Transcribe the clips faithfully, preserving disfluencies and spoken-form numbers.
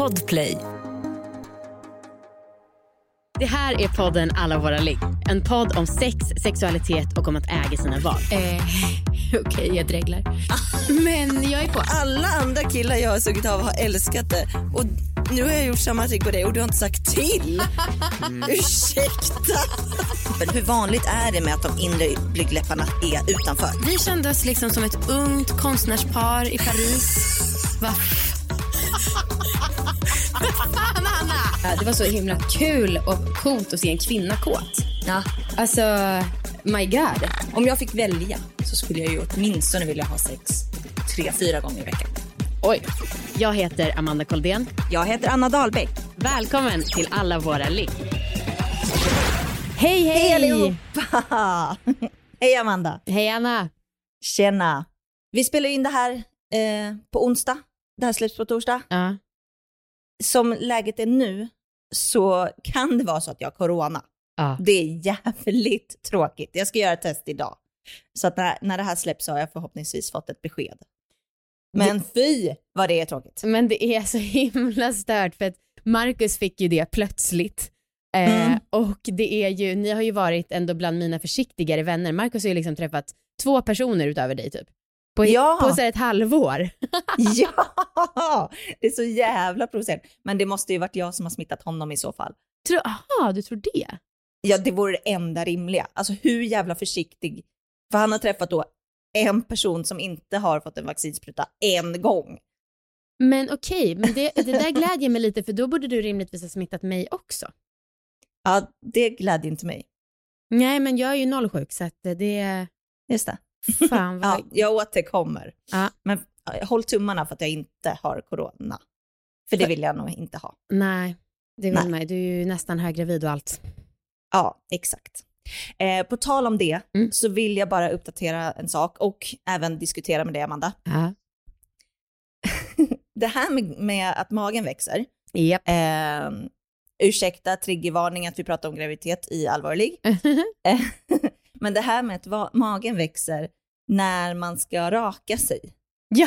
Podplay. Det här är podden Alla våra ligg. En podd om sex, sexualitet och om att äga sina val. Eh, Okej, okay, jag dreglar. Men jag är på. Alla andra killar jag har sugit av har älskat det. Och nu har jag gjort samma trick på dig och du har inte sagt till. Mm. Ursäkta. Hur vanligt är det med att de inre blygdläpparna är utanför? Vi kände oss liksom som ett ungt konstnärspar i Paris. Va? Det var så himla kul och coolt att se en kvinna kåt. Ja. Alltså, my god. Om jag fick välja så skulle jag ju åtminstone vilja ha sex tre, fyra gånger i veckan. Oj. Jag heter Amanda Koldén. Jag heter Anna Dahlbäck. Välkommen till Alla våra ligg. Hej, hej! Hej allihopa! Hej Amanda. Hej Anna. Tjena. Vi spelar in det här eh, på onsdag. Det här släpps på torsdag. Ja. Som läget är nu så kan det vara så att jag har corona. Ja. Det är jävligt tråkigt. Jag ska göra ett test idag. Så att när, när det här släpps så har jag förhoppningsvis fått ett besked. Men det, fy vad det är tråkigt. Men det är så himla stört för att Marcus fick ju det plötsligt. Mm. Eh, och det är ju, ni har ju varit ändå bland mina försiktigare vänner. Marcus har ju liksom träffat två personer utöver dig typ. På, ja. på så ett halvår. Ja, det är så jävla provocerande. Men det måste ju varit jag som har smittat honom i så fall. Tror, aha, du tror det? Ja, det vore det enda rimliga. Alltså hur jävla försiktig. För han har träffat då en person som inte har fått en vaccinspruta en gång. Men okej, men det, det där glädjer mig lite. För då borde du rimligtvis ha smittat mig också. Ja, det glädjer inte mig. Nej, men jag är ju nollsjuk så att det... Just det. Fan vad... Ja, jag återkommer. Ja. Men håll tummarna för att jag inte har corona. För det vill jag nog inte ha. Nej, det vill Nej. mig. Du är ju nästan höggravid och allt. Ja, exakt. Eh, på tal om det mm. så vill jag bara uppdatera en sak och även diskutera med dig, Amanda. Ja. Det här med, med att magen växer. Yep. Eh, ursäkta, triggervarning att vi pratar om graviditet i allvarlig. Men det här med att va- magen växer när man ska raka sig. Ja.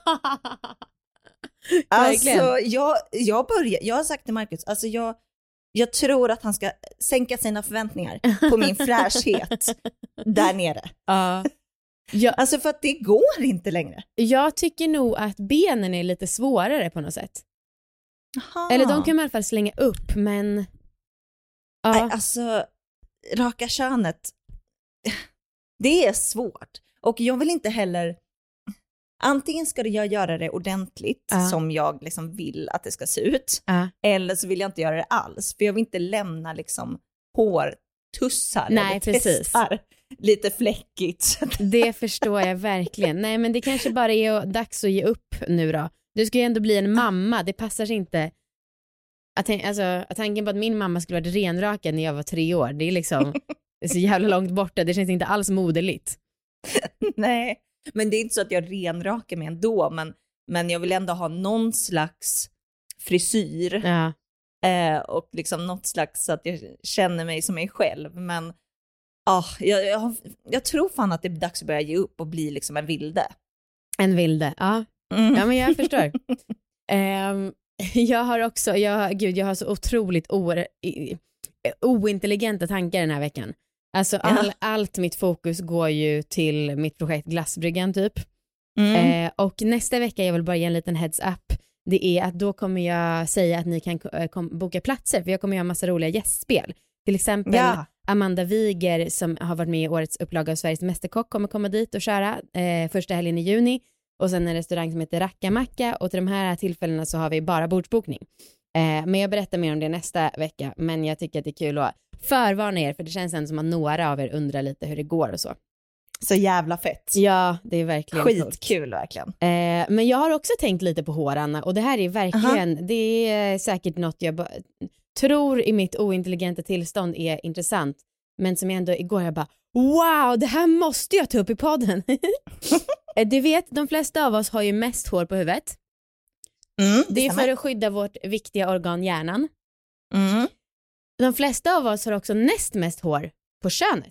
Alltså, jag, jag, börjar, jag har sagt till Marcus, alltså jag, jag tror att han ska sänka sina förväntningar på min fräschhet där nere. Ja. Ja. Alltså för att det går inte längre. Jag tycker nog att benen är lite svårare på något sätt. Aha. Eller de kan i alla fall slänga upp, men... Ja. Nej, alltså, raka könet, det är svårt. Och jag vill inte heller... Antingen ska jag göra det ordentligt uh. som jag liksom vill att det ska se ut. Uh. Eller så vill jag inte göra det alls. För jag vill inte lämna liksom hårtussar. Nej, precis. Lite fläckigt. Det förstår jag verkligen. Nej, men det kanske bara är dags att ge upp nu då. Du ska ju ändå bli en mamma. Det passar sig inte... Att, alltså, att tanken på att min mamma skulle vara renrakad när jag var tre år. Det är liksom det är så jävla långt borta. Det känns inte alls moderligt. Nej. Men det är inte så att jag renrakar mig ändå, men, men jag vill ändå ha någon slags frisyr. Ja. Eh, och liksom något slags så att jag känner mig som mig själv. Men ah, jag, jag, jag tror fan att det är dags att börja ge upp och bli liksom en vilde. En vilde, ja. Mm. Ja, men jag förstår. um, jag har också, jag, gud, jag har så otroligt o, ointelligenta tankar den här veckan. Alltså all, ja. allt mitt fokus går ju till mitt projekt Glassbryggan typ. Mm. Eh, och nästa vecka, jag vill bara ge en liten heads up. Det är att då kommer jag säga att ni kan kom, boka platser. För jag kommer göra en massa roliga gästspel. Till exempel ja. Amanda Wiger som har varit med i årets upplaga av Sveriges Mästerkock kommer komma dit och köra eh, första helgen i juni. Och sen en restaurang som heter Rackamacka. Och till de här tillfällena så har vi bara bordsbokning. Eh, men jag berättar mer om det nästa vecka. Men jag tycker att det är kul att förvarna er, för det känns ändå som att några av er undrar lite hur det går och så. Så jävla fett. Ja, det är verkligen skitkul coolt. Verkligen. Eh, men jag har också tänkt lite på hår, Anna, och det här är verkligen, uh-huh. det är säkert något jag b- tror i mitt ointelligenta tillstånd är intressant, men som jag ändå igår jag bara, wow, det här måste jag ta upp i podden. Du vet, de flesta av oss har ju mest hår på huvudet. Mm, det är för att skydda vårt viktiga organ hjärnan. Mm. De flesta av oss har också näst mest hår på könet.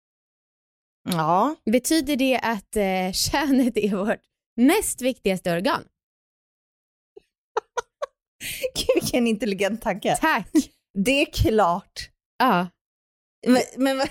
Ja. Betyder det att eh, könet är vårt näst viktigaste organ? Vilken intelligent tanke. Tack. Det är klart. Ja. Men, men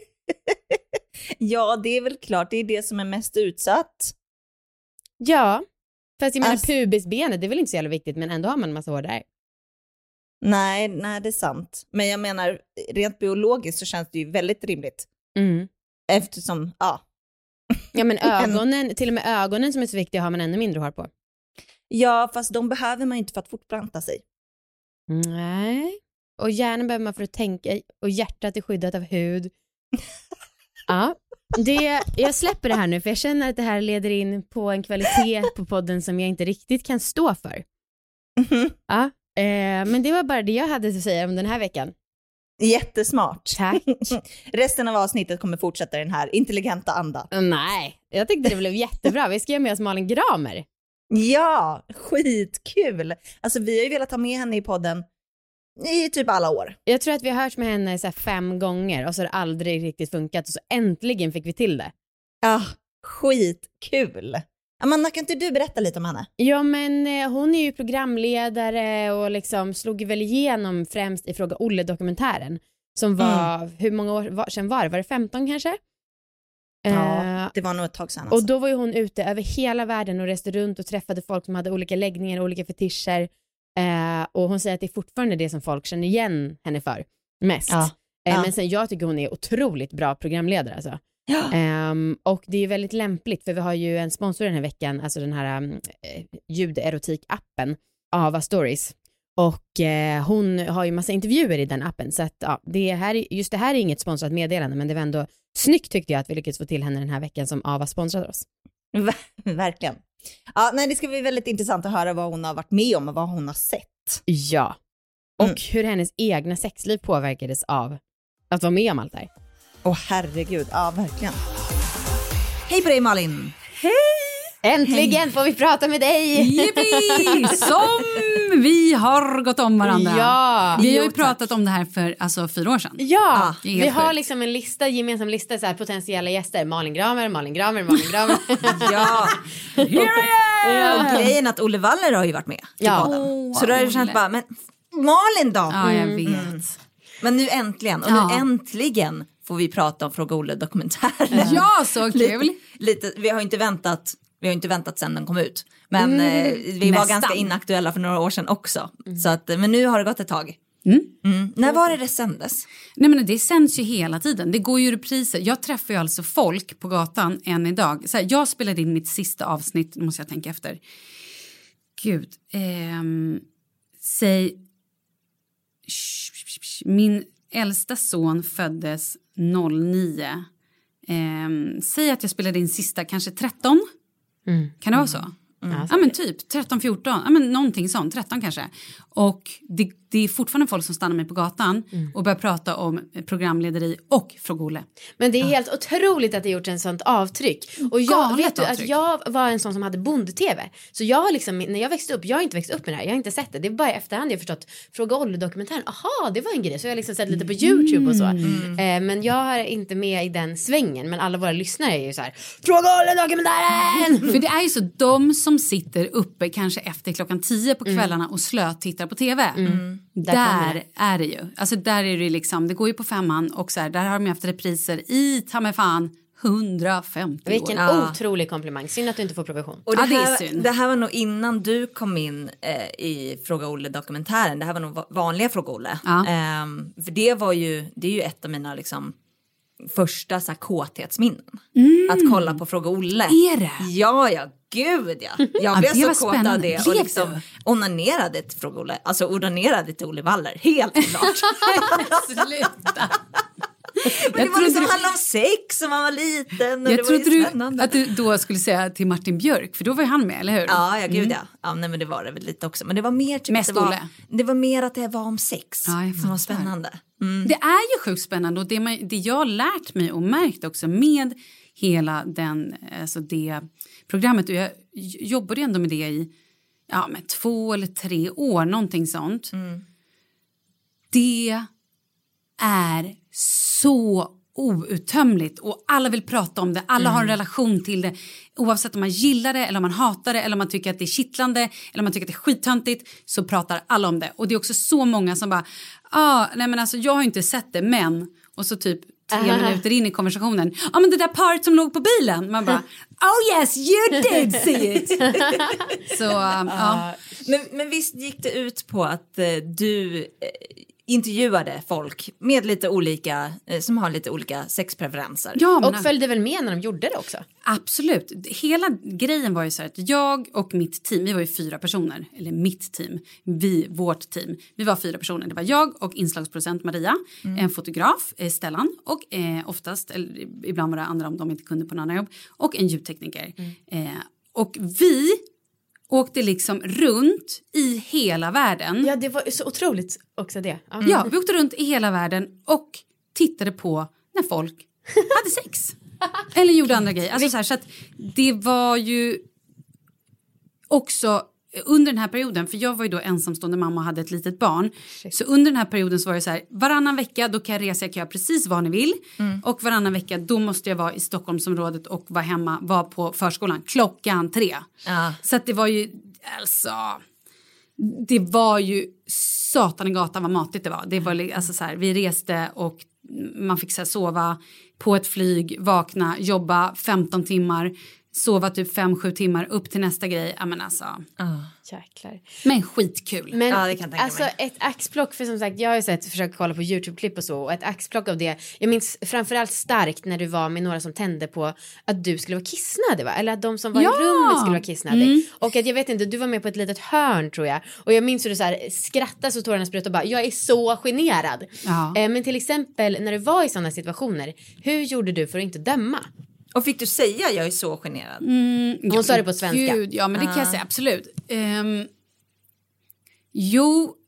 ja, det är väl klart. Det är det som är mest utsatt. Ja, fast jag menar alltså, pubisbenet, det är väl inte så jävla viktigt, men ändå har man en massa hår där. Nej, nej, det är sant. Men jag menar, rent biologiskt så känns det ju väldigt rimligt. Mm. Eftersom, ja. Ja, men ögonen, till och med ögonen som är så viktiga har man ännu mindre hår på. Ja, fast de behöver man inte för att fortplanta sig. Nej. Och hjärnan behöver man för att tänka, och hjärtat är skyddat av hud. Ja, det, jag släpper det här nu för jag känner att det här leder in på en kvalitet på podden som jag inte riktigt kan stå för. Mm-hmm. Ja, eh, men det var bara det jag hade att säga om den här veckan. Jättesmart. Tack. Resten av avsnittet kommer fortsätta i den här intelligenta anda. Nej, jag tyckte det blev jättebra. Vi ska göra med oss Malin Gramer. Ja, skitkul. Alltså vi har ju velat ha med henne i podden i typ alla år. Jag tror att vi har hört med henne så här fem gånger och så har det aldrig riktigt funkat och så äntligen fick vi till det. Ja, skitkul. Amanda, kan inte du berätta lite om henne? Ja, men eh, hon är ju programledare och liksom slog väl igenom främst i Fråga Olle-dokumentären som var, mm. hur många år var, sedan var det? Var det femton kanske? Ja, uh, det var nog ett tag sedan. Alltså. Och då var ju hon ute över hela världen och reste runt och träffade folk som hade olika läggningar och olika fetischer. Uh, och hon säger att det är fortfarande det som folk känner igen henne för mest. Ja. Uh, ja. Men sen jag tycker hon är otroligt bra programledare alltså. Ja. Um, och det är väldigt lämpligt för vi har ju en sponsor den här veckan, alltså den här um, ljuderotik-appen Ava Stories. Och eh, hon har ju massa intervjuer i den appen så att ja, det här, just det här är inget sponsrat meddelande men det var ändå snyggt tyckte jag att vi lyckades få till henne den här veckan som Ava sponsrade oss. Verkligen. Ja, nej, det ska bli väldigt intressant att höra vad hon har varit med om och vad hon har sett. Ja, och mm. hur hennes egna sexliv påverkades av att vara med om allt det här. Åh herregud, ja verkligen. Hej på dig Malin! Hej! Äntligen Hej. Får vi prata med dig! Jippi! Som vi har gått om varandra. Ja. Vi har ju pratat om det här för alltså, fyra år sedan. Ja, ah, vi har sjukt. Liksom en lista, gemensam lista, så här, potentiella gäster. Malin Gramer, Malin Gramer, Malin Gramer. Ja, here I am! Och grejen att Olle Waller har ju varit med. Ja. Oh, så då har det känts bara, men Malin då? Ja, jag vet. Mm. Men nu äntligen, och nu ja. äntligen får vi prata om Fråga Olle-dokumentären. Ja, så kul! Lite, lite, vi har inte väntat... Vi har inte väntat sen den kom ut. Men mm, eh, vi var nästan. ganska inaktuella för några år sedan också. Mm. Så att, men nu har det gått ett tag. Mm. Mm. När var det det sändes? Nej men det sänds ju hela tiden. Det går ju repriser. Jag träffar ju alltså folk på gatan än idag. Så här, jag spelade in mitt sista avsnitt. Nu måste jag tänka efter. Gud. Ehm, säg... Min äldsta son föddes noll nio. Ehm, säg att jag spelade in sista kanske tretton. Mm. Kan det vara så? Mm. Ja, men typ tretton fjorton, ja, men någonting sånt, tretton kanske. Och det, det är fortfarande folk som stannar mig på gatan mm. och börjar prata om programlederi och Fråga Olle. Men det är helt ja. otroligt att det gjort en sånt avtryck. Och jag Galet vet du att jag var en sån som hade bond-tv. Så jag har liksom, när jag växte upp, jag har inte växt upp med det här, jag har inte sett det. Det är bara i efterhand jag har förstått Fråga Olle-dokumentären. Aha, det var en grej. Så jag har liksom sett lite på YouTube och så. Mm. Eh, men jag har inte med i den svängen. Men alla våra lyssnare är ju så här: Fråga Olle-dokumentären! För det är ju så, de som sitter uppe kanske efter klockan tio på kvällarna mm. och slöt tittar på tv. Mm. Där, där det. är det ju. Alltså där är det liksom, det går ju på femman och så här, där har de haft repriser i ta mig fan hundrafemtio Vilken år. ja. otrolig komplimang. Synd att du inte får provision. Och det, ja, här, det, är synd. det här var nog innan du kom in eh, i Fråga Olle-dokumentären. Det här var nog vanliga Fråga Olle. Ja. Eh, för det var ju, det är ju ett av mina liksom första så här, kåthetsminnen. Mm. Att kolla på Fråga Olle. Är det? Ja, ja. Gud, ja. Jag blev ja, så kåt av det. Och liksom onanerade till Fråga Olle. Alltså onanerade till Olle Waller. Helt klart. Sluta. Men det var liksom handla om sex och man var liten. Och jag det trodde var ju du att du då skulle säga till Martin Björk. För då var ju han med, eller hur? Ja, ja gud mm. ja. ja nej, men det var det väl lite också. Men det var mer typ Mest det var, det var mer att det var om sex. Ja, som var spännande. Mm. Det är ju sjukt spännande. Och det, man, det jag har lärt mig och märkt också med hela den, alltså det programmet. Och jag jobbade ändå med det i ja, med två eller tre år. Någonting sånt. Mm. Det är så outtömligt och alla vill prata om det, alla mm. har en relation till det, oavsett om man gillar det eller om man hatar det eller om man tycker att det är kittlande eller om man tycker att det är skittöntigt, så pratar alla om det. Och det är också så många som bara, ah, nej men alltså jag har ju inte sett det, men, och så typ tre uh-huh. minuter in i konversationen, ja ah, men det där paret som låg på bilen, man bara, oh yes you did see it. Så um, uh, ja. men, men visst gick det ut på att eh, du eh, intervjuade folk med lite olika, eh, som har lite olika sexpreferenser. Ja, och följde väl med när de gjorde det också? Absolut. Hela grejen var ju så här att jag och mitt team, vi var ju fyra personer, eller mitt team, vi, vårt team, vi var fyra personer. Det var jag och inslagsproducent Maria, mm. en fotograf, eh, Stellan, och eh, oftast, eller ibland var det andra om de inte kunde på någon annan jobb, och en ljudtekniker. Mm. Eh, och vi åkte liksom runt i hela världen. Ja, det var så otroligt också det. Mm. Ja, vi åkte runt i hela världen och tittade på när folk hade sex. Eller gjorde andra grejer. Alltså så här, så att det var ju också under den här perioden, för jag var ju då ensamstående mamma och hade ett litet barn. Shit. Så under den här perioden så var det så här, varannan vecka då kan jag resa, jag kan göra precis vad ni vill. Mm. Och varannan vecka då måste jag vara i Stockholmsområdet och vara hemma, vara på förskolan klockan tre. Ja. Så att det var ju, alltså, det var ju satan i gatan vad matigt det var. Det var alltså så här, vi reste och man fick så här, sova på ett flyg, vakna, jobba femton timmar, sova typ fem sju timmar upp till nästa grej. Ja men alltså. Oh. Jäklar. Men skitkul. Men ja, det kan jag alltså mig. Ett axplock, för som sagt jag har ju sett, försökt kolla på YouTube-klipp och så, och ett axplock av det, jag minns framförallt starkt när du var med några som tände på att du skulle vara kissnödig, va? Eller att de som var ja. i rummet skulle vara kissnödig. Mm. Och att jag vet inte, du var med på ett litet hörn tror jag, och jag minns hur du så här skrattade så tårarna sprutade och bara, jag är så generad. Ja. eh, Men till exempel när du var i sådana situationer, hur gjorde du för att inte döma? Och fick du säga jag är så generad? Mm, Hon ja, sa det på svenska. Gud, ja, men det kan jag säga, absolut. Um, jo,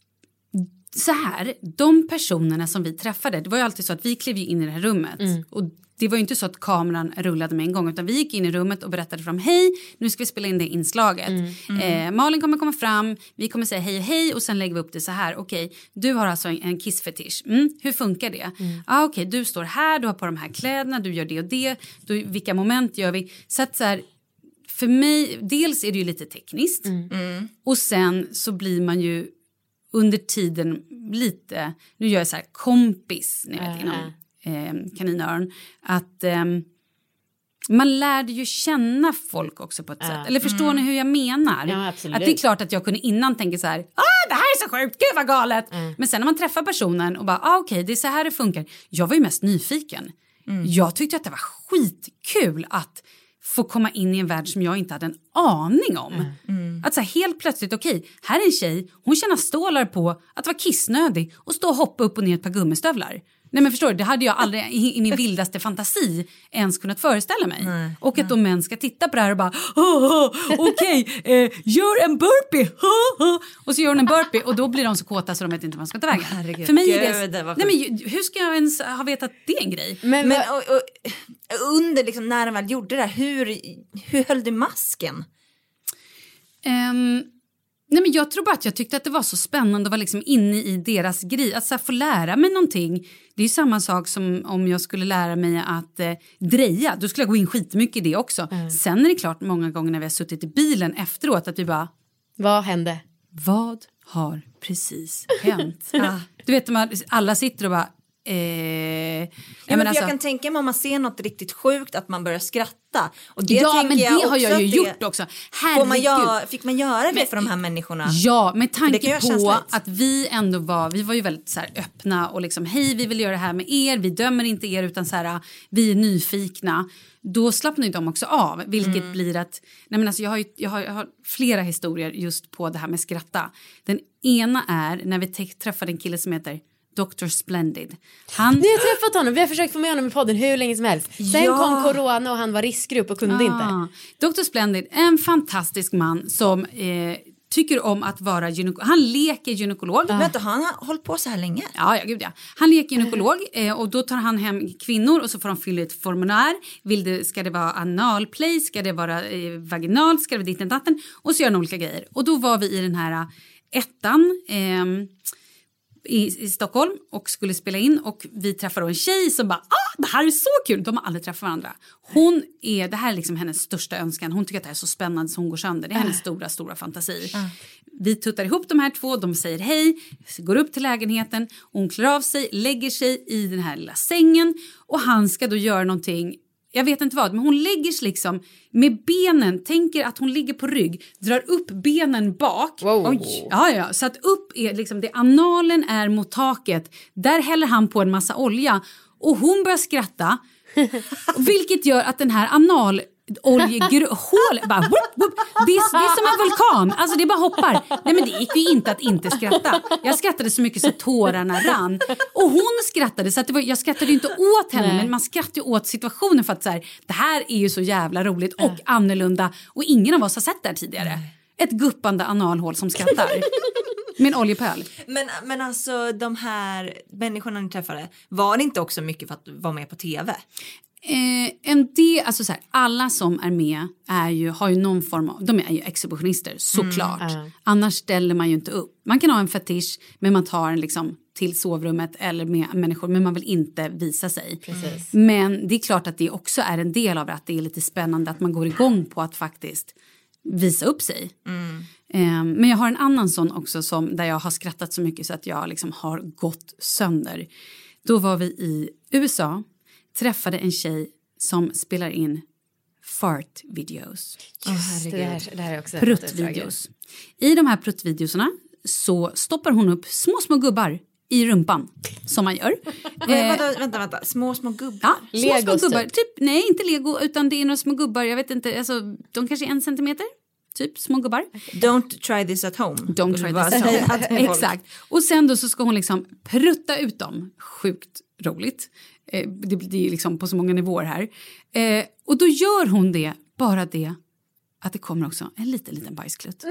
så här, de personerna som vi träffade, det var ju alltid så att vi klev in i det här rummet. Mm. Och det var ju inte så att kameran rullade med en gång, utan vi gick in i rummet och berättade för dem, hej, nu ska vi spela in det inslaget. Mm. Mm. Eh, Malin kommer komma fram, vi kommer säga hej hej och sen lägger vi upp det så här. Okej, okay, du har alltså en, en kissfetisch. Mm, hur funkar det? Mm. Ah, okej, okay, du står här, du har på de här kläderna, du gör det och det. Du, vilka moment gör vi? Så att så här, för mig, dels är det ju lite tekniskt. Mm. Mm. Och sen så blir man ju under tiden lite, nu gör jag så här kompis, ni vet, mm. inom Eh, kaninöron, att eh, man lärde ju känna folk också på ett uh, sätt. Eller förstår mm. ni hur jag menar? Ja, absolut. Att det är klart att jag kunde innan tänka så här, ah, det här är så sjukt, gud vad galet. Mm. Men sen när man träffar personen och bara, ah, okej, okay, det är så här det funkar. Jag var ju mest nyfiken. Mm. Jag tyckte att det var skitkul att få komma in i en värld som jag inte hade en aning om. Mm. Mm. Att så här, helt plötsligt, okej, okay, här är en tjej, hon tjänar stålar på att vara kissnödig och stå och hoppa upp och ner ett par gummistövlar. Nej men förstår du, det hade jag aldrig i, i min vildaste fantasi ens kunnat föreställa mig. Nej, och att de män ska titta på det här och bara, okej, okay, eh, gör en burpee. Och så gör hon en burpee och då blir de så kåta så de vet inte vad de ska ta vägen. Herregud, för mig är det, Gud, det var nej men hur ska jag ens ha vetat att det är en grej? Men, men och, och, under liksom när de väl gjorde det här, hur, hur höll du masken? Um, Nej, men jag tror bara att jag tyckte att det var så spännande att vara liksom inne i deras grej. Att så här, få lära mig någonting. Det är ju samma sak som om jag skulle lära mig att eh, dreja. Då skulle jag gå in skitmycket i det också. Mm. Sen är det klart många gånger när vi har suttit i bilen efteråt att vi bara... Vad hände? Vad har precis hänt? ah. Du vet, man, alla sitter och bara... Eh, ja, men men alltså, jag kan tänka mig om man ser något riktigt sjukt att man börjar skratta. Och det ja, men det jag har jag ju det, gjort också. Får man göra, fick man göra det men, för de här människorna? Ja, med tanke på att vi ändå var, vi var ju väldigt så här öppna och liksom, hej, vi vill göra det här med er, vi dömer inte er utan så här, vi är nyfikna. Då slappnar ju de också av, vilket mm. blir att, nej men alltså jag har, ju, jag, har, jag har flera historier just på det här med skratta. Den ena är när vi t- träffade en kille som heter doktor Splendid. Han... Ni har träffat honom, vi har försökt få med honom i podden hur länge som helst. Sen ja. kom corona och han var riskgrupp och kunde ah. inte. doktor Splendid, en fantastisk man som eh, tycker om att vara gynekolog. Han leker gynekolog. Ah. Vänta, han har hållit på så här länge? Ja, ja, gud ja. Han leker gynekolog eh, och då tar han hem kvinnor och så får de fylla ett formulär. Vill det, ska det vara analplay? Ska det vara eh, vaginalt? Ska det vara ditten datten? Och så gör han olika grejer. Och då var vi i den här ettan... Eh, i, i Stockholm och skulle spela in. Och vi träffade en tjej som bara, ah, det här är så kul. De har aldrig träffat varandra. Hon är, det här är liksom hennes största önskan. Hon tycker att det här är så spännande så hon går sönder. Det är hennes stora, stora fantasi. Uh. Vi tuttar ihop de här två, de säger hej, går upp till lägenheten. Hon klär av sig, lägger sig i den här lilla sängen. Och han ska då göra någonting, jag vet inte vad, men hon lägger sig liksom med benen, tänker att hon ligger på rygg, drar upp benen bak. Wow. Oj. Ja, ja, så att upp är liksom, det analen är mot taket. Där häller han på en massa olja och hon börjar skratta. Vilket gör att den här anal oljehål bara whoop, whoop. Det, är, det är som en vulkan, alltså det bara hoppar. Nej, men det gick ju inte att inte skratta. Jag skrattade så mycket så tårarna rann. Och hon skrattade så att det var, jag skrattade ju inte åt henne. Nej. Men man skrattade ju åt situationen för att så här, det här är ju så jävla roligt och annorlunda. Och ingen av oss har sett det här tidigare. Ett guppande analhål som skrattar. Med en oljepöl. Men, men alltså de här människorna ni träffade, var det inte också mycket för att vara med på tv? Eh, en del, alltså så här, alla som är med är ju, har ju någon form av, de är ju exhibitionister, såklart. Mm, uh. Annars ställer man ju inte upp. Man kan ha en fetisch, men man tar den liksom till sovrummet eller med människor, men man vill inte visa sig. Precis. Men det är klart att det också är en del av det, att det är lite spännande att man går igång på att faktiskt visa upp sig. Mm. Eh, men jag har en annan sån också som, där jag har skrattat så mycket så att jag liksom har gått sönder. Då var vi i U S A, träffade en tjej som spelar in fart-videos. Oh, det här, det här är också pruttvideos. I de här pruttvideoserna så stoppar hon upp små, små gubbar i rumpan, som man gör. eh, vänta, vänta, vänta. Små, små gubbar? Ja, små, små gubbar. Typ, nej, inte Lego, utan det är några små gubbar. Jag vet inte, alltså, de kanske är en centimeter. Typ små gubbar. Don't try this at home. Don't try this at home. Exakt. Och sen då så ska hon liksom prutta ut dem. Sjukt roligt. Eh, det blir liksom på så många nivåer här. Eh, och då gör hon det, bara det, att det kommer också en liten, liten bajsklutt.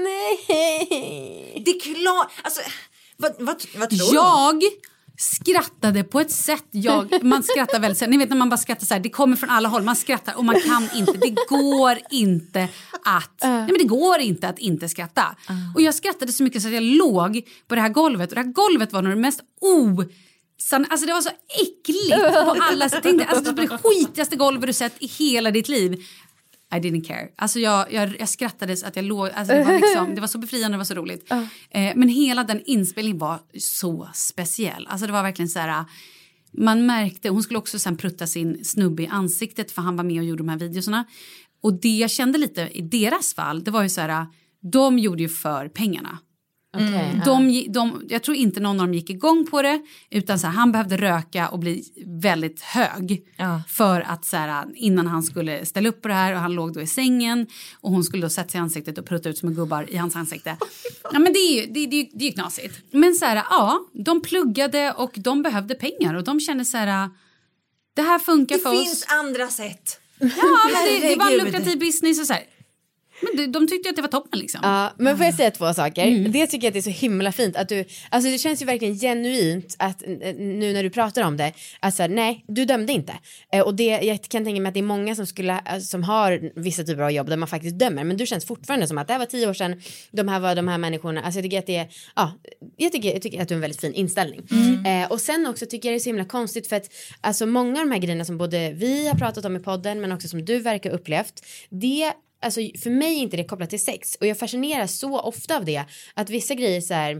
Nej! Det är klart. Alltså, vad, vad, vad tror jag du? Skrattade på ett sätt. Jag, man skrattar väl så. Ni vet när man bara skrattar så här. Det kommer från alla håll. Man skrattar och man kan inte. Det går inte att... Uh. Nej, men det går inte att inte skratta. Uh. Och jag skrattade så mycket så att jag låg på det här golvet. Och det här golvet var nog det mest o... Alltså det var så äckligt på alla. Så jag tänkte, alltså det var det skitigaste golvet du sett i hela ditt liv. I didn't care. Alltså jag, jag, jag skrattade så att jag låg, alltså det var liksom, det var så befriande, det var så roligt. Uh. Eh, men hela den inspelningen var så speciell. Alltså det var verkligen så här, man märkte, hon skulle också sen prutta sin snubbe i ansiktet för han var med och gjorde de här videorna. Och det jag kände lite i deras fall, det var ju så här, de gjorde ju för pengarna. Okay, mm. de, de, jag tror inte någon av dem gick igång på det, utan så här, han behövde röka och bli väldigt hög ja. För att så här, innan han skulle ställa upp på det här, och han låg då i sängen och hon skulle då sätta sig i ansiktet och prutta ut som en gubbar i hans ansikte. Ja, men det är ju det, det, det är ju knasigt. Men så här, ja, de pluggade och de behövde pengar och de kände så här, det här funkar det för oss. Det finns andra sätt. Ja, men det, det var en lukrativ business och så här. Men de, de tyckte att det var toppen liksom. Ja, men får jag säga två saker? Mm. Det tycker jag att det är så himla fint att du, alltså det känns ju verkligen genuint att nu när du pratar om det, alltså nej, du dömde inte. Och det, jag kan tänka mig att det är många som skulle, alltså, som har vissa typer av jobb där man faktiskt dömer, men du känns fortfarande som att det här var tio år sedan, de här var de här människorna, alltså jag tycker att det är, ja, jag tycker, jag tycker att du har en väldigt fin inställning. Mm. Eh, och sen också tycker jag det är så himla konstigt för att, alltså många av de här grejerna som både vi har pratat om i podden, men också som du verkar ha upplevt, det alltså för mig är inte det kopplat till sex. Och jag fascineras så ofta av det. Att vissa grejer så här,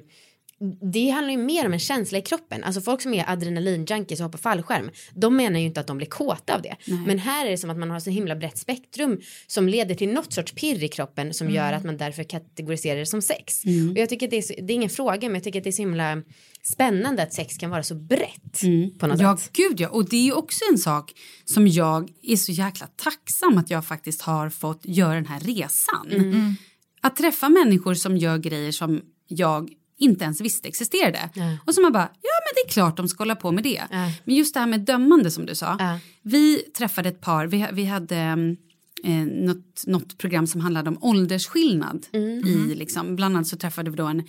det handlar ju mer om en känsla i kroppen. Alltså folk som är adrenalinjunkies och hoppar fallskärm, de menar ju inte att de blir kåta av det. Nej. Men här är det som att man har så himla brett spektrum som leder till något sorts pirr i kroppen som mm. gör att man därför kategoriserar det som sex. Mm. Och jag tycker att det är, så, det är ingen fråga, men jag tycker att det är så himla spännande att sex kan vara så brett mm. på något ja, sätt. Ja, gud ja. Och det är ju också en sak som jag är så jäkla tacksam att jag faktiskt har fått göra den här resan. Mm. Att träffa människor som gör grejer som jag inte ens visste existerade. Mm. Och som man bara, ja men det är klart de ska hålla på med det. Mm. Men just det här med dömande som du sa. Mm. Vi träffade ett par, vi, vi hade eh, något, något program som handlade om åldersskillnad. Mm. I, liksom, bland annat så träffade vi då en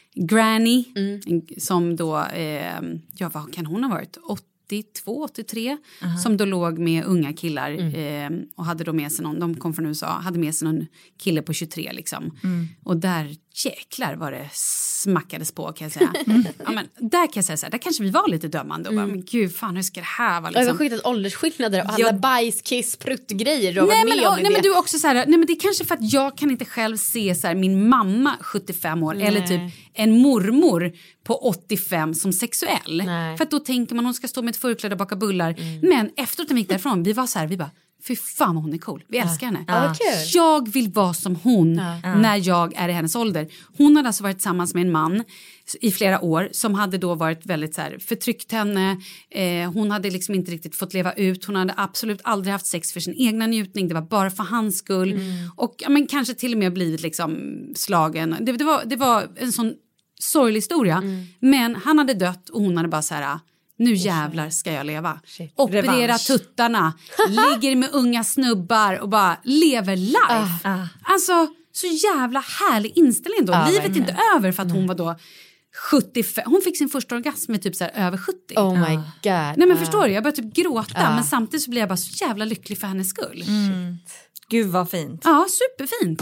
granny mm. en, som då, eh, ja vad kan hon ha varit? åttiotvå, åttiotre uh-huh. som då låg med unga killar mm. eh, och hade då med sig någon, de kom från U S A, hade med sig någon kille på tjugotre liksom. Mm. Och där jäklar var det smackades på kan jag säga. Mm. Ja, men där kan jag säga så här, där kanske vi var lite dömande och bara, mm. men gud fan hur ska det här vara liksom? Jag har skickat åldersskillnader och alla ja. bajs, kiss, pruttgrejer du har nej, varit med men, om och, nej men du också så här, nej men det är kanske för att jag kan inte själv se så här, min mamma sjuttiofem år nej. eller typ en mormor på åttiofem som sexuell. Nej. För att då tänker man hon ska stå med ett förkläde och baka bullar. Mm. Men efteråt när vi gick därifrån, vi var så här, vi bara fy fan vad hon är cool. Vi älskar henne. Ja. Ja. Jag vill vara som hon ja. när jag är i hennes ålder. Hon hade alltså varit tillsammans med en man i flera år som hade då varit väldigt så här, förtryckt henne. Eh, hon hade liksom inte riktigt fått leva ut. Hon hade absolut aldrig haft sex för sin egna njutning. Det var bara för hans skull. Mm. Och ja, men kanske till och med blivit liksom slagen. Det, det, var, det var en sån sorglig historia. Mm. Men han hade dött och hon hade bara så här... Nu jävlar ska jag leva. Shit. Operera Revansch. tuttarna. Ligger med unga snubbar och bara lever life. Uh, uh. Alltså så jävla härlig inställning då. Uh, Livet är inte över för att hon var då sjuttiofem. Hon fick sin första orgasm med typ så här över sjuttio. Oh my god. Nej men uh. förstår du, jag började typ gråta. Uh. Men samtidigt så blir jag bara så jävla lycklig för hennes skull. Mm. Gud vad fint. Ja, superfint.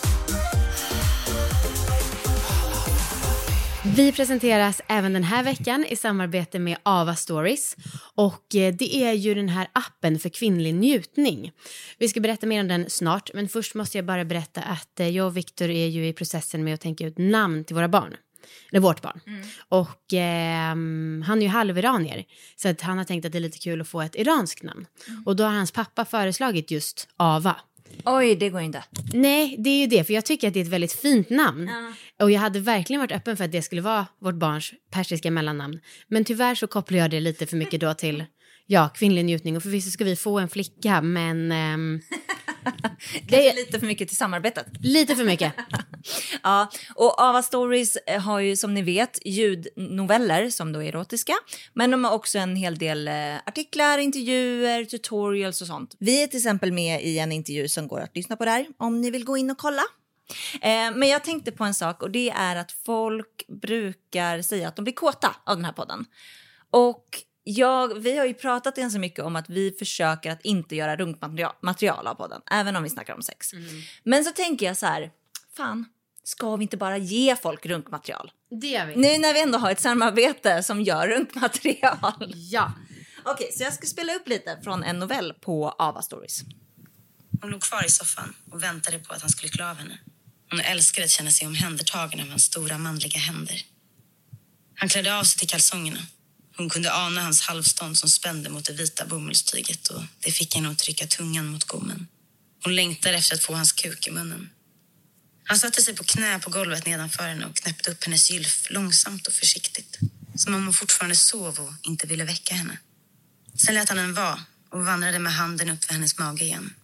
Vi presenteras även den här veckan i samarbete med Ava Stories och det är ju den här appen för kvinnlig njutning. Vi ska berätta mer om den snart, men först måste jag bara berätta att jag och Victor är ju i processen med att tänka ut namn till våra barn. Eller vårt barn. Mm. Och eh, han är ju halviranier. Så att han har tänkt att det är lite kul att få ett iranskt namn. Mm. Och då har hans pappa föreslagit just Ava. Oj, det går inte. Nej, det är ju det. För jag tycker att det är ett väldigt fint namn. Ja. Och jag hade verkligen varit öppen för att det skulle vara vårt barns persiska mellannamn. Men tyvärr så kopplar jag det lite för mycket då till ja, kvinnlig njutning. Och förvisso ska vi få en flicka, men... Ehm, det är lite för mycket till samarbetet. Lite för mycket. Ja, och Ava Stories har ju som ni vet ljudnoveller som då är erotiska. Men de har också en hel del artiklar, intervjuer, tutorials och sånt. Vi är till exempel med i en intervju som går att lyssna på där om ni vill gå in och kolla. Eh, men jag tänkte på en sak och det är att folk brukar säga att de blir kåta av den här podden. Och jag, vi har ju pratat ganska mycket om att vi försöker att inte göra runkmaterial av podden, även om vi snackar om sex. Mm. Men så tänker jag så här, fan, ska vi inte bara ge folk runkmaterial? Det gör vi. Nu när vi ändå har ett samarbete som gör runkmaterial. Ja. Okej, okay, så jag ska spela upp lite från en novell på Ava Stories. Hon låg kvar i soffan och väntade på att han skulle klä av henne. Hon älskade att känna sig omhändertagen av hans stora manliga händer. Han klädde av sig till kalsongerna. Hon kunde ana hans halvstånd som spände mot det vita bomullstyget och det fick henne att trycka tungan mot gommen. Hon längtade efter att få hans kuk i munnen. Han satte sig på knä på golvet nedanför henne och knäppte upp hennes gylf långsamt och försiktigt. Som om hon fortfarande sov och inte ville väcka henne. Sen lät han den vara och vandrade med handen upp för hennes mage igen.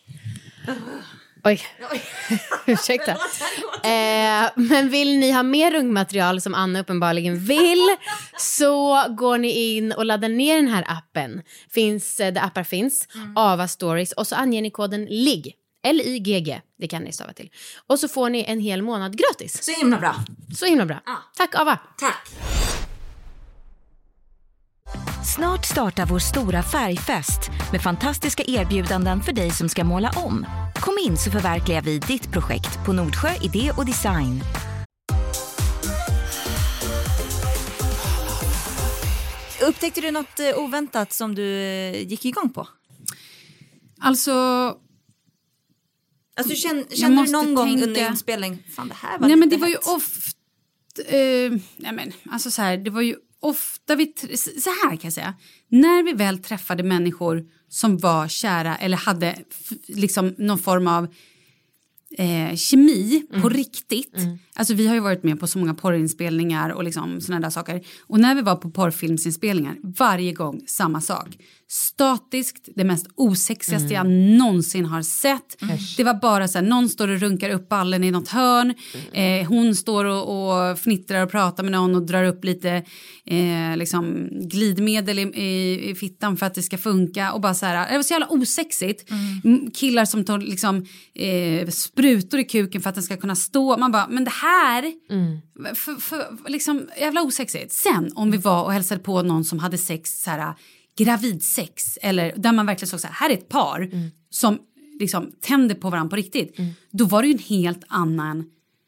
Oj, ursäkta. Eh, men vill ni ha mer runkmaterial som Anna uppenbarligen vill så går ni in och laddar ner den här appen. Finns, där appar finns, mm. Ava Stories och så anger ni koden L I G. L I G G, det kan ni stava till. Och så får ni en hel månad gratis. Så himla bra. Så himla bra. Ah. Tack Ava. Tack. Snart startar vår stora färgfest med fantastiska erbjudanden för dig som ska måla om. Kom in så förverkligar vi ditt projekt på Nordsjö Idé och Design. Upptäckte du något oväntat som du gick igång på? Alltså... Alltså känner, känner du någon tänka... gång under inspelning? Fan, det här var nej, men det var ju ofta... Uh, nej, men alltså så här, det var ju ofta vi... Så här kan jag säga. När vi väl träffade människor som var kära eller hade f- liksom någon form av eh, kemi mm. på riktigt. Mm. Alltså vi har ju varit med på så många porrinspelningar och liksom såna där saker. Och när vi var på porrfilmsinspelningar, varje gång samma sak. Statiskt, det mest osexigaste mm. jag någonsin har sett. Mm. Det var bara så här, någon står och runkar upp ballen i något hörn. Mm. Eh, hon står och, och fnittrar och pratar med någon och drar upp lite eh, liksom glidmedel i, i, i fittan för att det ska funka. Och bara så här, det var så jävla osexigt. Mm. Killar som tar liksom eh, sprutor i kuken för att den ska kunna stå. Man bara, men det här mm. för, för, liksom jävla osexigt. Sen om vi var och hälsade på någon som hade sex så här gravidsex eller där man verkligen såg så här, här är ett par mm. som liksom tänder på varandra på riktigt. Mm. Då var det ju en helt annan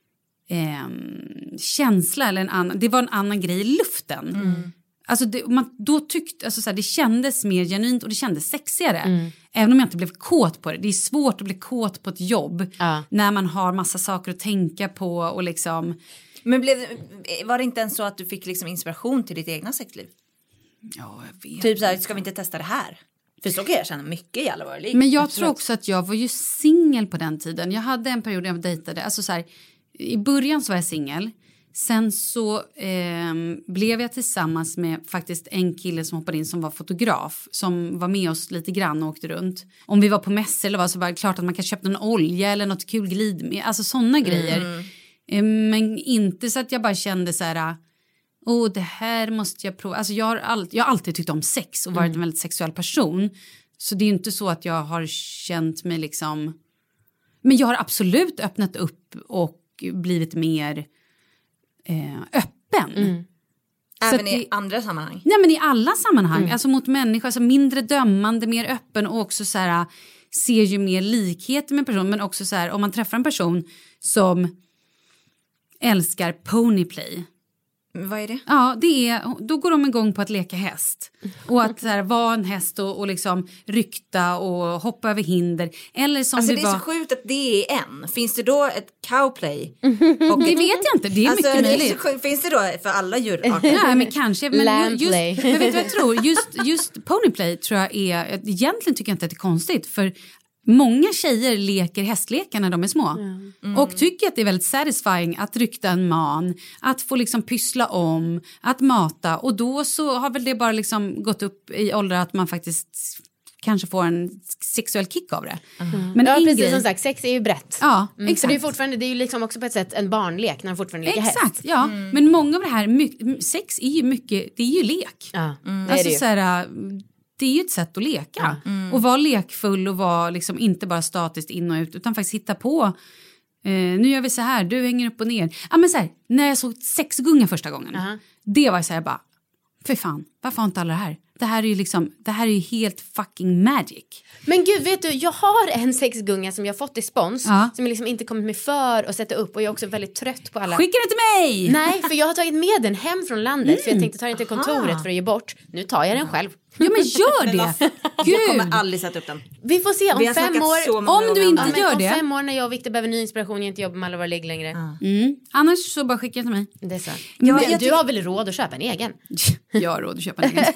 eh, känsla eller en annan, det var en annan grej i luften. Mm. Alltså det, man, då tyckte, alltså så här, det kändes mer genuint och det kändes sexigare. Mm. Även om jag inte blev kåt på det. Det är svårt att bli kåt på ett jobb ja. När man har massa saker att tänka på och liksom. Men blev, var det inte ens så att du fick liksom inspiration till ditt egna sexliv? Ja, jag vet. Typ så här, ska vi inte testa det här? För så kan jag känna mycket i alla våra liv. Men jag, jag tror också att jag var ju singel på den tiden. Jag hade en period där jag dejtade. Alltså så här, i början så var jag singel. Sen så eh, blev jag tillsammans med faktiskt en kille som hoppade in som var fotograf. Som var med oss lite grann och åkte runt. Om vi var på mässor eller vad så var det klart att man kan köpa någon olja eller något kul glid med. Alltså sådana mm. grejer. Eh, men inte så att jag bara kände så här... Åh, oh, det här måste jag prova. Alltså jag har, all, jag har alltid tyckt om sex och varit mm. en väldigt sexuell person. Så det är inte så att jag har känt mig liksom... Men jag har absolut öppnat upp och blivit mer eh, öppen. Mm. Även i det, andra sammanhang? Nej, men i alla sammanhang. Mm. Alltså mot människor. Alltså mindre dömande, mer öppen och också så här... Ser ju mer likheter med personen. Men också så här, om man träffar en person som älskar ponyplay... Vad är det? Ja, det är, då går de igång på att leka häst. Och att så här, vara en häst och, och liksom rykta och hoppa över hinder. Eller som alltså det är var... så sjukt att det är en. Finns det då ett cowplay? Och det vet jag inte, det är alltså, mycket möjligt. Det finns det då för alla djurarter? Nej, men kanske. Men, just, men vet du vad jag tror? Just, just ponyplay tror jag är... Egentligen tycker jag inte att det är konstigt. För många tjejer leker hästlekar när de är små. Mm. Mm. Och tycker att det är väldigt satisfying att rykta en man. Att få liksom pyssla om. Att mata. Och då så har väl det bara liksom gått upp i åldrar att man faktiskt kanske får en sexuell kick av det. Mm. Men ja, precis grej... som sagt, sex är ju brett. Ja, mm. exakt. Så det är fortfarande, det är ju liksom också på ett sätt en barnlek när de fortfarande leker häst. Exakt, ja. Mm. Men många av det här, sex är ju mycket, det är ju lek. Ja, mm. Alltså det är det så här... Det är ju ett sätt att leka. Mm. Och vara lekfull och vara liksom inte bara statiskt in och ut. Utan faktiskt hitta på. Eh, nu gör vi så här. Du hänger upp och ner. Ja men så här. När jag såg sexgunga första gången. Uh-huh. Det var så här bara. För fan. Varför har inte alla det här? Det här är ju liksom. Det här är ju helt fucking magic. Men gud, vet du. Jag har en sexgunga som jag fått i spons. Uh-huh. Som jag liksom inte kommit med för att sätta upp. Och jag är också väldigt trött på alla. Skicka det till mig! Nej, för jag har tagit med den hem från landet. Mm. För jag tänkte ta den till kontoret uh-huh. för att ge bort. Nu tar jag den själv. Ja men gör det. Gud. Jag kommer aldrig sätta upp den. Vi får se om Vi fem år. Om du inte ja, gör om det. Om fem år när jag och Victor behöver ny inspiration. Jag inte jobbar med alla våra ligg längre. Mm. Annars så bara skicka till mig. Det är så. Ja, men, du ty- har väl råd att köpa en egen? Jag har råd att köpa en egen.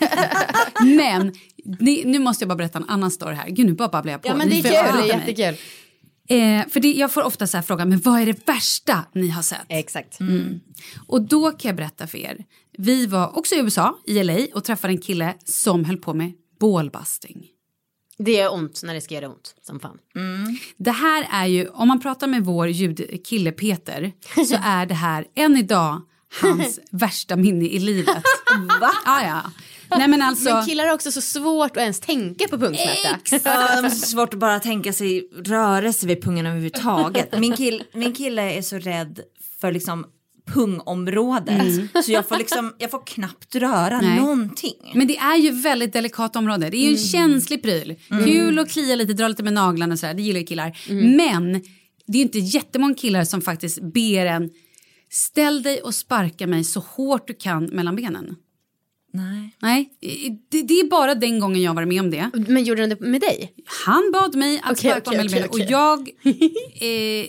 Men det, nu måste jag bara berätta en annan story här. Gud nu bara babblar jag på. Ja men det är kul, det är jättekul. Eh, för det, jag får ofta så här frågan, men vad är det värsta ni har sett? Exakt. Mm. Och då kan jag berätta för er. Vi var också i U S A, i L A, och träffade en kille som höll på med bålbasting. Det är ont när det ska göra ont, som fan. Mm. Det här är ju, om man pratar med vår ljudkille Peter, så är det här än idag hans värsta minne i livet. Va? Ah, ja. Nej, men, alltså... men killar har också så svårt att ens tänka på pungsmärta. Ja, de är så svårt att bara tänka sig rörelse vid pungen överhuvudtaget. Min, kill, min kille är så rädd för liksom pungområdet. Mm. Så jag får liksom, jag får knappt röra Nej. någonting. Men det är ju väldigt delikat område. Det är ju en mm. känslig pryl. Mm. Kul att klia lite, dra lite med naglarna och sådär. Det gillar ju killar. Mm. Men det är ju inte jättemånga killar som faktiskt ber en ställ dig och sparka mig så hårt du kan mellan benen. Nej. Nej, det, det är bara den gången jag var med om det. Men gjorde han det med dig? Han bad mig att okay, sparka okay, mellan benen. okay, okay. Och jag... Eh,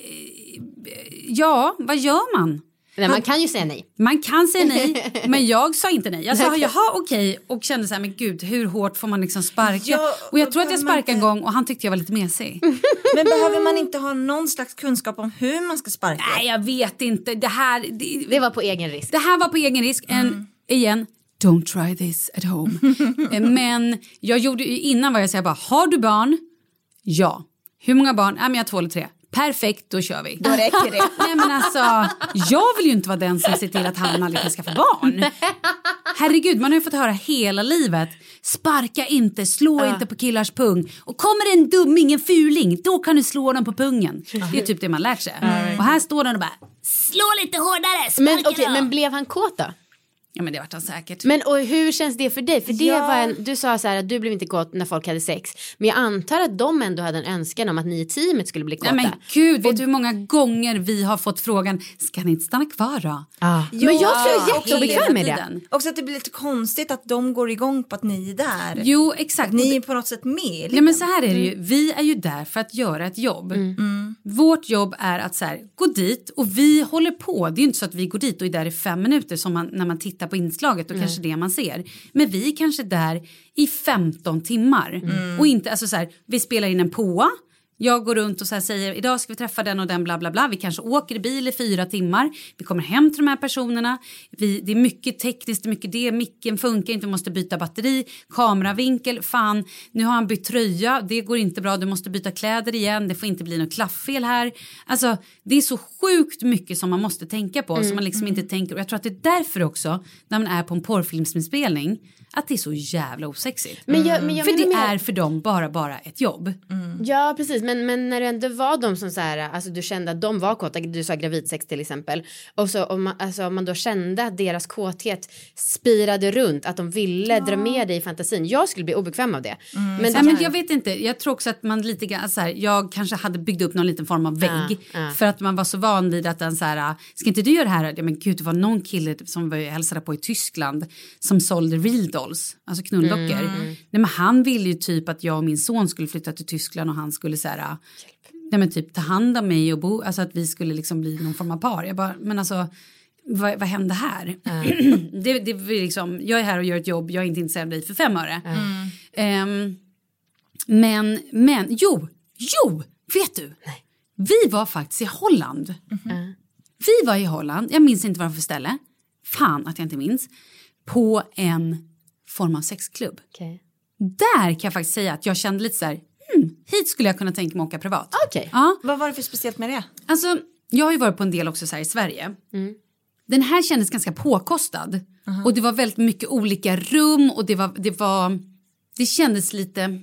ja, vad gör man? Nej, man kan ju säga nej. Man kan säga nej, men jag sa inte nej. Jag sa jaha okej och kände så här, men gud hur hårt får man liksom sparka? Ja, och jag tror att jag sparkade inte... en gång och han tyckte jag var lite mesig. Men behöver man inte ha någon slags kunskap om hur man ska sparka? Nej, jag vet inte. Det här... Det, det var på egen risk. Det här var på egen risk. Mm. En, igen, don't try this at home. Men jag gjorde innan var jag så här bara, har du barn? Ja. Hur många barn? Ja, men jag har två eller tre. Perfekt, då kör vi. Då räcker det. Nej men alltså, jag vill ju inte vara den som ser till att han aldrig ska få barn. Herregud, man har ju fått höra hela livet. Sparka inte, slå uh. inte på killars pung. Och kommer en dumming, en fuling, då kan du slå dem på pungen. Det är typ det man lärt sig. Mm. Och här står han och bara, slå lite hårdare, sparka men, okay, men blev han kåt då? Ja, men det vart han säkert. Men och hur känns det för dig? För det ja. var en, du sa så här att du blev inte kåt när folk hade sex. Men jag antar att de ändå hade en önskan om att ni i teamet skulle bli kåta. Nej, men gud, vet och, du hur många gånger vi har fått frågan, ska ni inte stanna kvar då? Ah. Ja, men jag tror jag är jätteobekväm med det. Också att det blir lite konstigt att de går igång på att ni är där. Jo, exakt. Att ni är på något sätt med. Ja, men så här är det ju. Vi är ju där för att göra ett jobb. Mm. Mm. Vårt jobb är att så här, gå dit och vi håller på. Det är ju inte så att vi går dit och är där i fem minuter som man, när man tittar på inslaget och mm. kanske det man ser. Men vi är kanske där i femton timmar. Mm. Och inte, alltså så här, vi spelar in en påa. Jag går runt och så här säger, idag ska vi träffa den och den bla bla bla. Vi kanske åker i bil i fyra timmar. Vi kommer hem till de här personerna. Vi, det är mycket tekniskt, det är mycket det. Micken funkar inte, vi måste byta batteri. Kameravinkel, fan. Nu har han bytt tröja, det går inte bra. Du måste byta kläder igen, det får inte bli något klafffel här. Alltså, det är så sjukt mycket som man måste tänka på. Mm, som man liksom mm. inte tänker. Och jag tror att det är därför också, när man är på en porrfilmsinspelning, att det är så jävla osexigt. Men jag, men jag för det med... är för dem bara, bara ett jobb. Mm. Ja, precis. Men, men när det ändå var de som så här, alltså du kände att de var kåta, du sa gravidsex till exempel. Och så om man, alltså, om man då kände att deras kåthet spirade runt, att de ville ja. dra med dig i fantasin. Jag skulle bli obekväm av det. Mm. Men, Nej, men jag vet inte, jag tror också att man lite grann så här, jag kanske hade byggt upp någon liten form av vägg. Ja, ja. För att man var så van vid att den så här, ska inte du göra det här? Ja, men gud, det var någon kille som var hälsade på i Tyskland som sålde real dolls, alltså knulldockor. Mm. Nej, men han ville ju typ att jag och min son skulle flytta till Tyskland och han skulle så här, nej, men typ ta hand om mig och bo, alltså att vi skulle liksom bli någon form av par. Jag bara, men alltså, vad, vad hände här? Mm. det, det är liksom, jag är här och gör ett jobb, jag är inte intresserad av dig för fem öre. Mm. Um, men, men, jo, jo, vet du? Nej. Vi var faktiskt i Holland. Mm. Vi var i Holland, jag minns inte vad det var för ställe. Fan att jag inte minns. På en form av sexklubb. Okay. Där kan jag faktiskt säga att jag kände lite så här, hmm, hit skulle jag kunna tänka mig åka privat. Okay. Ja. Vad var det för speciellt med det? Alltså, jag har ju varit på en del också så här i Sverige. Mm. Den här kändes ganska påkostad. Uh-huh. Och det var väldigt mycket olika rum och det var, det var, det kändes lite,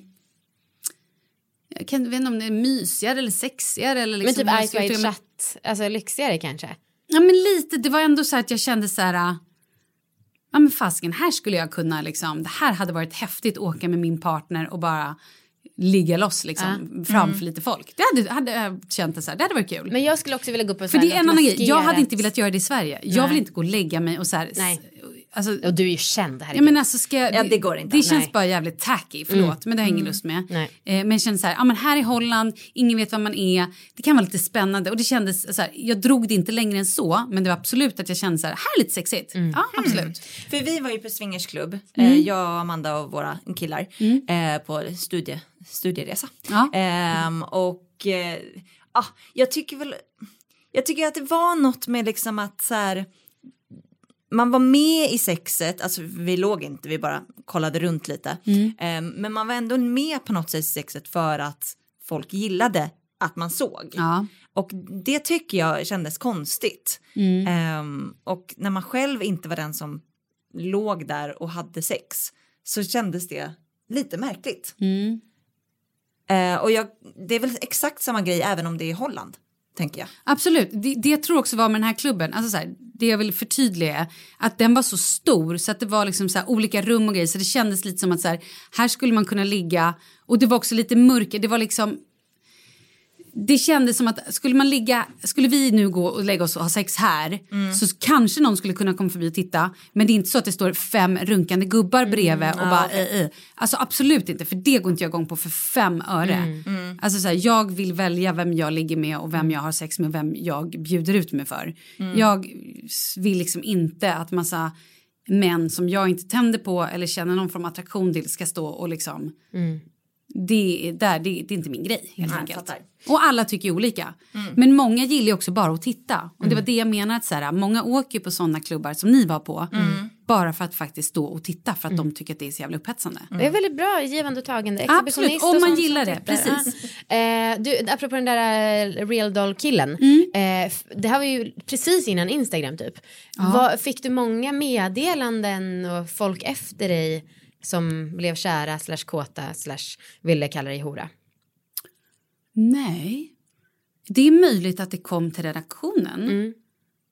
jag kan inte veta om det är mysigare eller sexigare. Eller liksom, men typ Ice White Chat, alltså lyxigare kanske? Ja, men lite, det var ändå så här att jag kände så här, ja men fasken, här skulle jag kunna liksom, det här hade varit häftigt att åka med min partner och bara ligga loss liksom, uh, framför mm. lite folk. Det hade, hade jag känt det så här, det hade varit kul. Men jag skulle också vilja gå på så för det är en annan grej, jag hade inte velat göra det i Sverige. Jag Nej. vill inte gå och lägga mig och så här, Nej. Alltså, och du är ju känd här. Ja, men alltså ska, ja, det går inte. Det känns Nej. bara jävligt tacky, förlåt, mm. men det har jag ingen lust med. Nej. Eh, men jag känner så här, ja men här i Holland, ingen vet vad man är. Det kan vara lite spännande och det kändes så här, jag drog det inte längre än så, men det var absolut att jag kände så här, här är lite sexigt. Mm. Ja, absolut. Mm. För vi var ju på swingersklubb, mm. eh, jag och Amanda och våra killar, mm. eh, på studie, studieresa. Ja. Eh, och eh, ah, jag tycker väl, jag tycker att det var något med liksom att så här, man var med i sexet, alltså vi låg inte, vi bara kollade runt lite. Mm. Um, men man var ändå med på något sätt i sexet för att folk gillade att man såg. Ja. Och det tycker jag kändes konstigt. Mm. Um, och när man själv inte var den som låg där och hade sex, så kändes det lite märkligt. Mm. Uh, och jag, det är väl exakt samma grej även om det är i Holland. Tänker jag. Absolut, det, det jag tror också var med den här klubben, alltså så här, det jag vill förtydliga är att den var så stor så att det var liksom så här olika rum och grejer, så det kändes lite som att så här, här skulle man kunna ligga, och det var också lite mörker, det var liksom, det kändes som att skulle man ligga, skulle vi nu gå och lägga oss och ha sex här, mm. så kanske någon skulle kunna komma förbi och titta, men det är inte så att det står fem runkande gubbar bredvid mm. och bara okay. äh, äh. Alltså absolut inte, för det går inte jag igång på för fem öre. Mm. Mm. Alltså så här, jag vill välja vem jag ligger med och vem jag har sex med och vem jag bjuder ut mig för. Mm. Jag vill liksom inte att massa män som jag inte tänder på eller känner någon form av attraktion till ska stå och liksom mm. Det är, där, det, det är inte min grej helt mm, enkelt. Och alla tycker ju olika. Mm. Men många gillar ju också bara att titta. Och det var det jag menade att så här, många åker på sådana klubbar som ni var på. Mm. Bara för att faktiskt stå och titta. För att mm. de tycker att det är så jävla upphetsande. Mm. Det är väldigt bra, givande och tagande. Absolut, om man gillar det. Precis. Ja. Eh, du, apropå den där uh, Real Doll-killen. Mm. Eh, det här var ju precis innan Instagram typ. Ja. Var, fick du många meddelanden och folk efter dig som blev kära slash kåta slash ville kalla dig hora? Nej. Det är möjligt att det kom till redaktionen. Mm.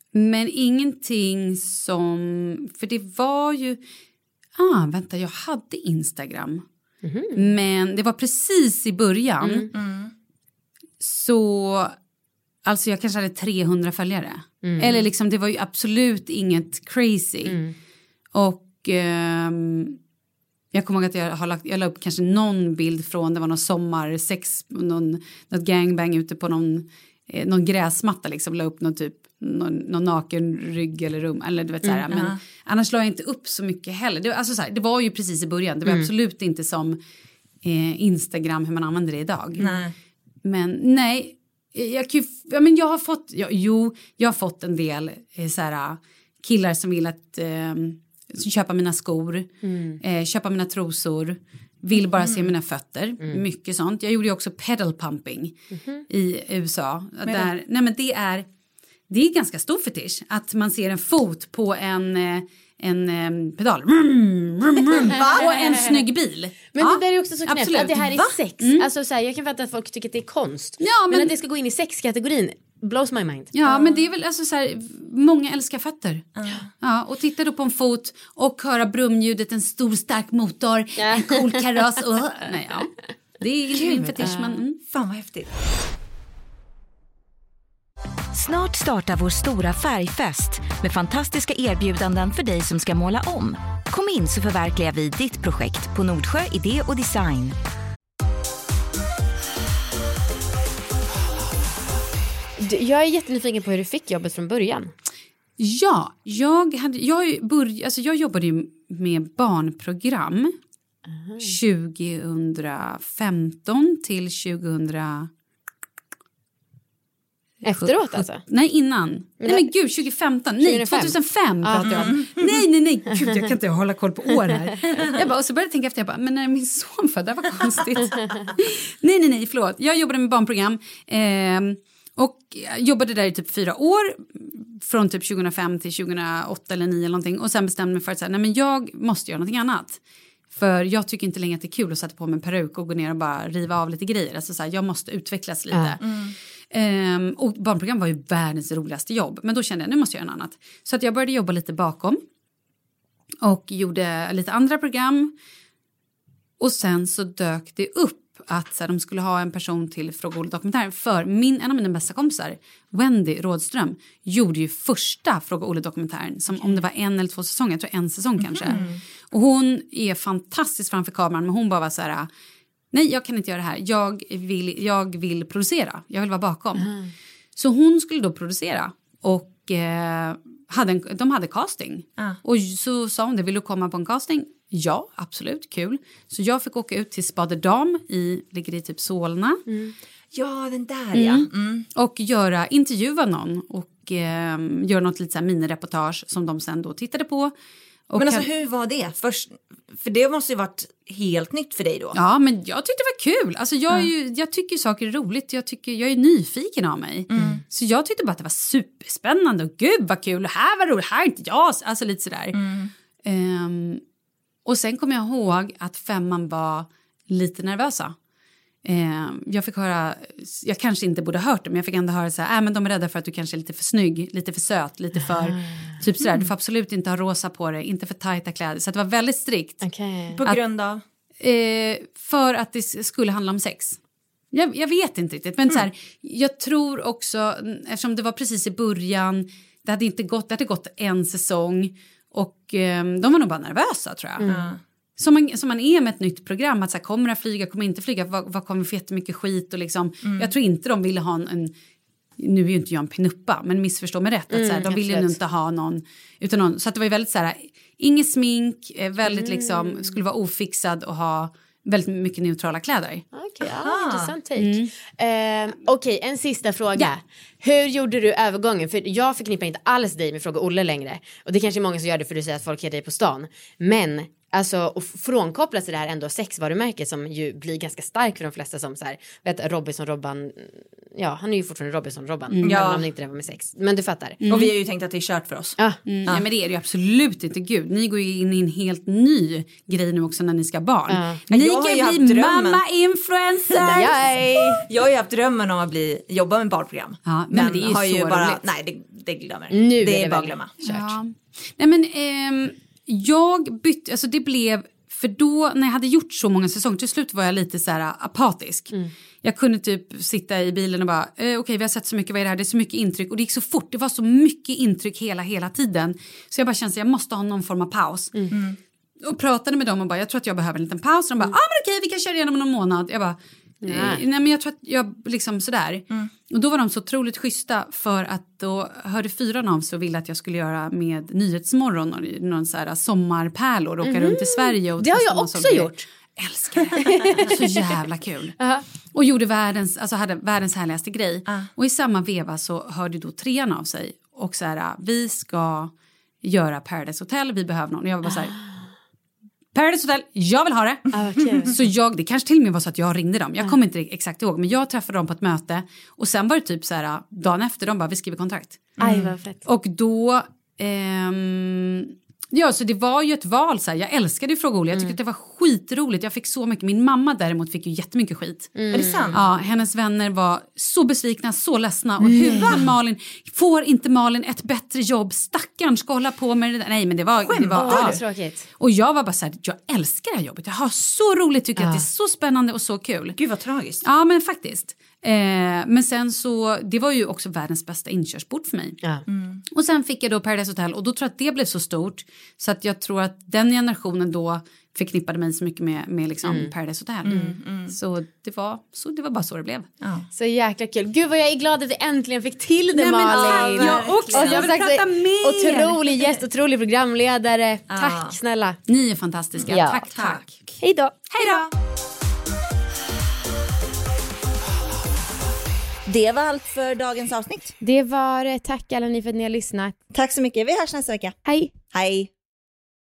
Men ingenting som... För det var ju... Ah, vänta, jag hade Instagram. Mm. Men det var precis i början. Mm. Mm. Så... Alltså jag kanske hade trehundra följare. Mm. Eller liksom, det var ju absolut inget crazy. Mm. Och... Eh, jag kommer ihåg att jag har lagt... Jag la upp kanske någon bild från... Det var någon sommarsex... Någon, något gangbang ute på någon... Eh, någon gräsmatta liksom. La upp någon typ... Någon, någon naken rygg eller rum eller du vet så här, mm, men uh-huh. annars la jag inte upp så mycket heller. Det, alltså så här, det var ju precis i början. Det var mm. absolut inte som eh, Instagram hur man använder det idag. Nej. Men nej, jag, ja, men jag har fått ja, jo, jag har fått en del eh, så här, killar som vill att eh, köpa mina skor, mm. eh, köpa mina trosor. Vill bara mm. se mina fötter. Mm. Mycket sånt. Jag gjorde ju också pedal pumping mm. i U S A. Där, nej men det är Det är ganska stor fetisch att man ser en fot på en, en, en pedal. Rum, rum, rum. Och en snygg bil. Men ja, det där är också så knäppt att det här är Va? sex. Mm. Alltså, så här, jag kan fatta att folk tycker att det är konst. Ja, men, men att det ska gå in i sexkategorin blows my mind. Ja, uh. men det är väl alltså så här, många älskar fötter. Uh. Ja, och titta då på en fot och höra brumljudet, en stor stark motor, uh. en cool kaross. Uh. Nej, ja. Det är min fetisch. Uh. Men, mm. Fan vad häftigt. Snart startar vår stora färgfest med fantastiska erbjudanden för dig som ska måla om. Kom in så förverkligar vi ditt projekt på Nordsjö Idé och Design. Jag är jättenyfiken på hur du fick jobbet från början. Ja, jag, hade, jag, börj, alltså jag jobbade ju med barnprogram uh-huh. tjugohundrafemton till tjugohundra... Efteråt alltså? Nej, innan. Men nej men gud, tjugofemton. Nej, tjugohundrafem pratar jag om. Nej, nej, nej. Gud, jag kan inte hålla koll på år här. Jag bara, och så började jag tänka efter. Jag bara, men när min son född, det var konstigt. nej, nej, nej, förlåt. Jag jobbade med barnprogram. Eh, och jag jobbade där i typ fyra år. Från typ tjugohundrafem till tjugohundraåtta eller nio eller någonting. Och sen bestämde mig för att säga, nej men jag måste göra någonting annat. För jag tycker inte längre att det är kul att sätta på mig en peruk och gå ner och bara riva av lite grejer. Alltså så här, jag måste utvecklas lite. Mm. Um, och barnprogram var ju världens roligaste jobb. Men då kände jag, nu måste jag göra något annat. Så att jag började jobba lite bakom. Och gjorde lite andra program. Och sen så dök det upp att så här, de skulle ha en person till Fråga Olle dokumentären. För min, en av mina bästa kompisar, Wendy Rådström, gjorde ju första Fråga Olle dokumentären. Som om det var en eller två säsonger, jag tror en säsong kanske. Mm. Och hon är fantastisk framför kameran. Men hon bara var så här... Nej, jag kan inte göra det här. Jag vill, jag vill producera. Jag vill vara bakom. Mm. Så hon skulle då producera. Och eh, hade en, de hade casting. Mm. Och så sa hon det, vill du komma på en casting? Ja, absolut, kul. Så jag fick åka ut till Spaderdam i, ligger i typ Solna. Mm. Ja, den där mm. ja. Mm. Och göra, intervjua någon. Och eh, göra något lite så här minireportage som de sen då tittade på. Och men alltså hur var det? Först, för det måste ju varit helt nytt för dig då. Ja, men jag tyckte det var kul. Alltså jag, är ju, jag tycker saker är roligt. Jag, tycker, jag är nyfiken av mig. Mm. Så jag tyckte bara att det var superspännande. Och gud vad kul. Och här var roligt. Här är inte jag. Alltså lite sådär. Mm. Um, och sen kom jag ihåg att femman var lite nervösa. Um, jag fick höra, jag kanske inte borde ha hört det. Men jag fick ändå höra så här, äh, men de är rädda för att du kanske är lite för snygg. Lite för söt. Lite för, mm. typ sådär. Du får absolut inte ha rosa på dig. Inte för tajta kläder. Så det var väldigt strikt. Okay. På grund av? Eh, för att det skulle handla om sex. Jag, jag vet inte riktigt. Men mm. så här, jag tror också, eftersom det var precis i början. Det hade inte gått, det hade gått en säsong. Och eh, de var nog bara nervösa tror jag. Mm. Som, man, som man är med ett nytt program. Att så här, kommer det flyga, kommer inte flyga. Vad, vad kommer för jättemycket skit. Och liksom, mm. jag tror inte de ville ha en... en nu är ju inte jag en pinuppa, men missförstå mig rätt. Att, mm, så här, de ville ju inte ha någon, utan någon. Så att det var ju väldigt så här, inget smink, väldigt mm. liksom, skulle vara ofixad och ha väldigt mycket neutrala kläder. Okej, okay, ja, intressant take. Mm. Uh, Okej, okay, en sista fråga. Ja. Hur gjorde du övergången? För jag förknippar inte alls dig med Fråga Olle längre. Och det kanske är många som gör det för du säger att folk är dig på stan. Men Alltså, och frånkoppla sig det här ändå sexvarumärket som ju blir ganska stark för de flesta som så här, vet Robinson-Robban, ja han är ju fortfarande Robinson-Robban, mm. ja. även om det inte det var med sex. Men du fattar. Mm. Och vi har ju tänkt att det är kört för oss. Ja. Mm. Ja. Nej men det är det ju absolut inte, gud. Ni går ju in i en helt ny grej nu också när ni ska ha barn. Ja. Ni jag kan bli mamma-influencers! Jag har ju haft drömmen om att bli, jobba med barnprogram. Ja, men, men det är ju har så ju bara, roligt. nej det, det glömmer. Nu det är det är bara väl glömma. kört. Ja. Nej men ehm, jag bytte, alltså det blev, för då när jag hade gjort så många säsonger till slut var jag lite så här apatisk. Mm. Jag kunde typ sitta i bilen och bara, eh, okej okay, vi har sett så mycket, vad är det här? Det är så mycket intryck och det gick så fort, det var så mycket intryck hela, hela tiden. Så jag bara kände att jag måste ha någon form av paus. Mm. Mm. Och pratade med dem och bara, jag tror att jag behöver en liten paus. Och de bara, ja mm. ah, men okej okay, vi kan köra igenom någon månad. Jag bara, nej, nej men jag tror att jag liksom sådär. Mm. Och då var de så otroligt schyssta för att då hörde fyran av sig och ville att jag skulle göra med Nyhetsmorgon och någon så här sommarpärlor och åka mm. runt i Sverige. Och det har jag också gjort. Älskar det. Så jävla kul. Uh-huh. Och gjorde världens, alltså hade världens härligaste grej. Uh. Och i samma veva så hörde då trean av sig. Och så här, vi ska göra Paradise Hotel, vi behöver någon. Och jag var bara så här, Paradise Hotel, jag vill ha det. Ah, okay. Så jag, det kanske till och med var så att jag ringde dem. Jag ah. kommer inte exakt ihåg, men jag träffade dem på ett möte. Och sen var det typ så här, dagen efter, de bara, vi skriver kontrakt. Mm. Aj, vad fett. Och då, ehm, ja så det var ju ett val så här. Jag älskade ju Fråga Olle, jag tyckte mm. att det var skitroligt. Jag fick så mycket, min mamma däremot fick ju jättemycket skit. Mm. Är det sant? Ja, hennes vänner var så besvikna, så ledsna. Och hur mm. Malin, får inte Malin ett bättre jobb? Stackarn ska hålla på med det där. Nej men det var, det var ja. Tråkigt. Och jag var bara så här, jag älskar det här jobbet. Jag har så roligt, tycker ja. att det är så spännande och så kul. Gud vad tragiskt. Ja men faktiskt. Eh, men sen så, det var ju också världens bästa inkörsport för mig. Ja. Mm. Och sen fick jag då Paradise Hotel och då tror jag att det blev så stort så att jag tror att den generationen då förknippade mig så mycket med, med liksom mm. Paradise Hotel. Mm, mm. Så, det var, så det var bara så det blev. Ja. Så jäkla kul. Gud vad jag är glad att vi äntligen fick till det. Nej, Malin. Men, jag också. Och jag vill prata mer. Otrolig gäst, otrolig programledare. Ja. Tack snälla. Ni är fantastiska. Ja. Tack, tack. tack. Hej då. Hej då. Det var allt för dagens avsnitt. Det var, tack alla ni för att ni har lyssnat. Tack så mycket, vi hörs nästa vecka. Hej. Hej.